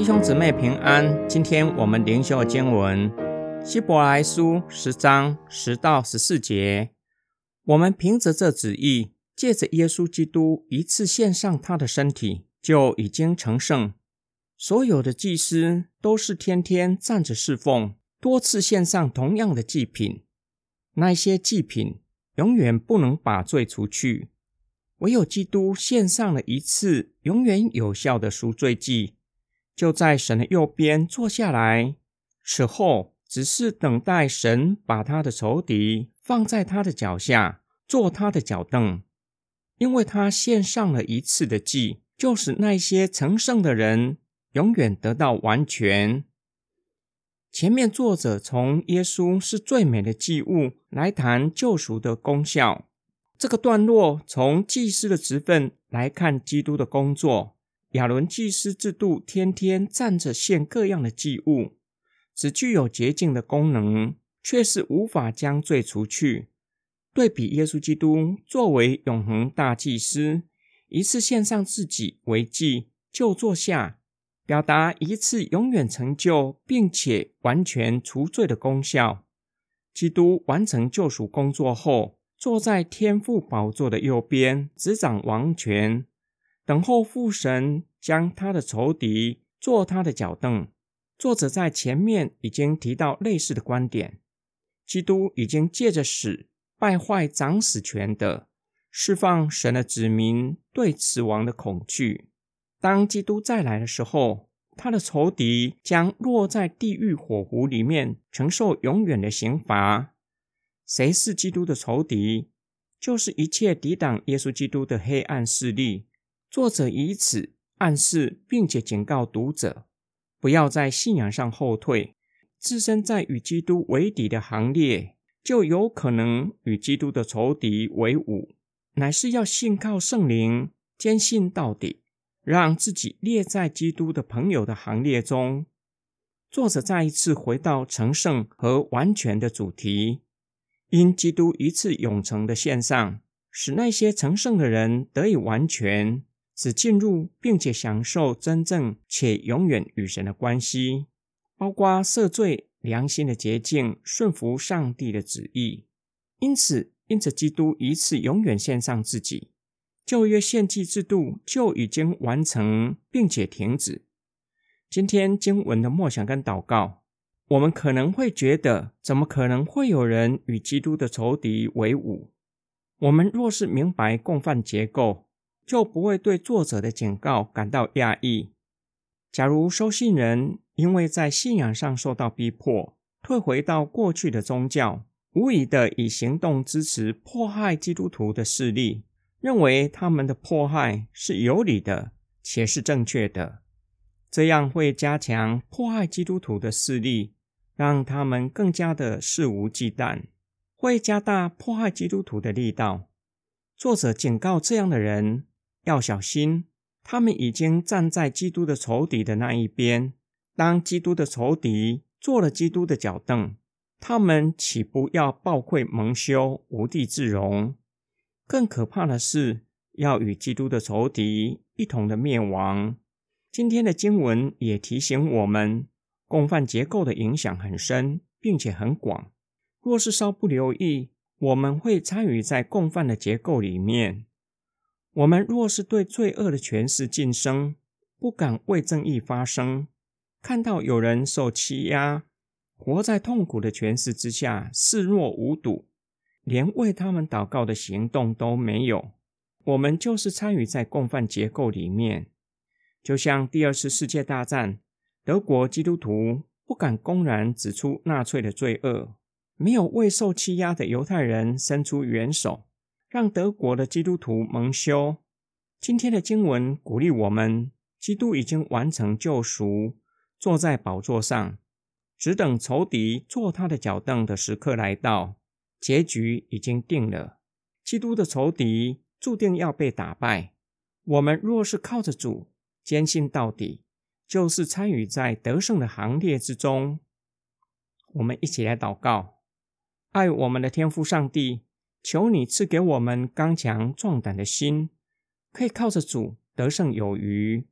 弟兄姊妹平安，今天我们灵修的经文希伯来书10章10到14节。我们凭着这旨意，借着耶稣基督一次献上他的身体，就已经成圣。所有的祭司都是天天站着侍奉，多次献上同样的祭品。那些祭品永远不能把罪除去，唯有基督献上了一次永远有效的赎罪祭，就在神的右边坐下来，此后只是等待神把他的仇敌放在他的脚下，做他的脚凳。因为他献上了一次的祭，就使那些成圣的人永远得到完全。前面作者从耶稣是最美的祭物来谈救赎的功效。这个段落从祭司的职分来看基督的工作。亚伦祭司制度天天站着献各样的祭物，只具有洁净的功能，却是无法将罪除去。对比耶稣基督作为永恒大祭司，一次献上自己为祭，就坐下，表达一次永远成就并且完全除罪的功效。基督完成救赎工作后，坐在天父宝座的右边，执掌王权，等候父神将他的仇敌做他的脚凳。作者在前面已经提到类似的观点，基督已经借着死败坏掌死权的，释放神的子民对死亡的恐惧。当基督再来的时候，他的仇敌将落在地狱火湖里面，承受永远的刑罚。谁是基督的仇敌？就是一切抵挡耶稣基督的黑暗势力。作者以此暗示并且警告读者，不要在信仰上后退，置身在与基督为敌的行列，就有可能与基督的仇敌为伍，乃是要信靠圣灵，坚信到底，让自己列在基督的朋友的行列中。作者再一次回到成圣和完全的主题，因基督一次永成的献上，使那些成圣的人得以完全，只进入并且享受真正且永远与神的关系，包括赦罪、良心的洁净、顺服上帝的旨意。因此，因着基督一次永远献上自己，旧约献祭制度就已经完成并且停止。今天经文的默想跟祷告，我们可能会觉得，怎么可能会有人与基督的仇敌为伍？我们若是明白共犯结构，就不会对作者的警告感到讶异。假如收信人因为在信仰上受到逼迫，退回到过去的宗教，无疑的以行动支持迫害基督徒的势力，认为他们的迫害是有理的，且是正确的，这样会加强迫害基督徒的势力，让他们更加的肆无忌惮，会加大迫害基督徒的力道。作者警告这样的人要小心，他们已经站在基督的仇敌的那一边。当基督的仇敌做了基督的脚凳，他们岂不要抱愧蒙羞，无地自容？更可怕的是，要与基督的仇敌一同的灭亡。今天的经文也提醒我们，共犯结构的影响很深，并且很广。若是稍不留意，我们会参与在共犯的结构里面。我们若是对罪恶的权势噤声，不敢为正义发声，看到有人受欺压，活在痛苦的权势之下，视若无睹，连为他们祷告的行动都没有，我们就是参与在共犯结构里面。就像第二次世界大战，德国基督徒不敢公然指出纳粹的罪恶，没有为受欺压的犹太人伸出援手，让德国的基督徒蒙羞。今天的经文鼓励我们，基督已经完成救赎，坐在宝座上，只等仇敌做他的脚凳的时刻来到，结局已经定了。基督的仇敌注定要被打败。我们若是靠着主坚信到底，就是参与在得胜的行列之中。我们一起来祷告。爱我们的天父上帝，求你赐给我们刚强壮胆的心，可以靠着主得胜有余。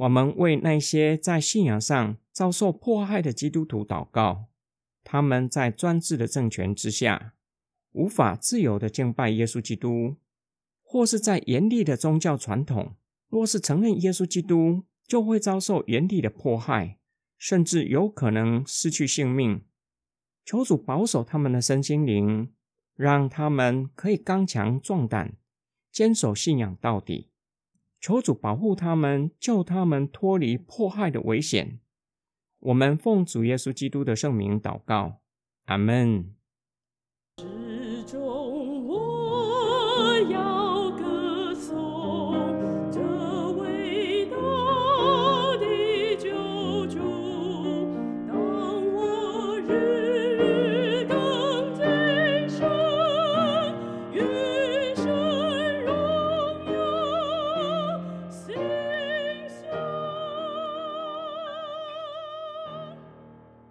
我们为那些在信仰上遭受迫害的基督徒祷告，他们在专制的政权之下，无法自由地敬拜耶稣基督，或是在严厉的宗教传统，若是承认耶稣基督，就会遭受严厉的迫害，甚至有可能失去性命。求主保守他们的身心灵，让他们可以刚强壮胆，坚守信仰到底。求主保护他们，救他们脱离迫害的危险。我们奉主耶稣基督的圣名祷告，阿们。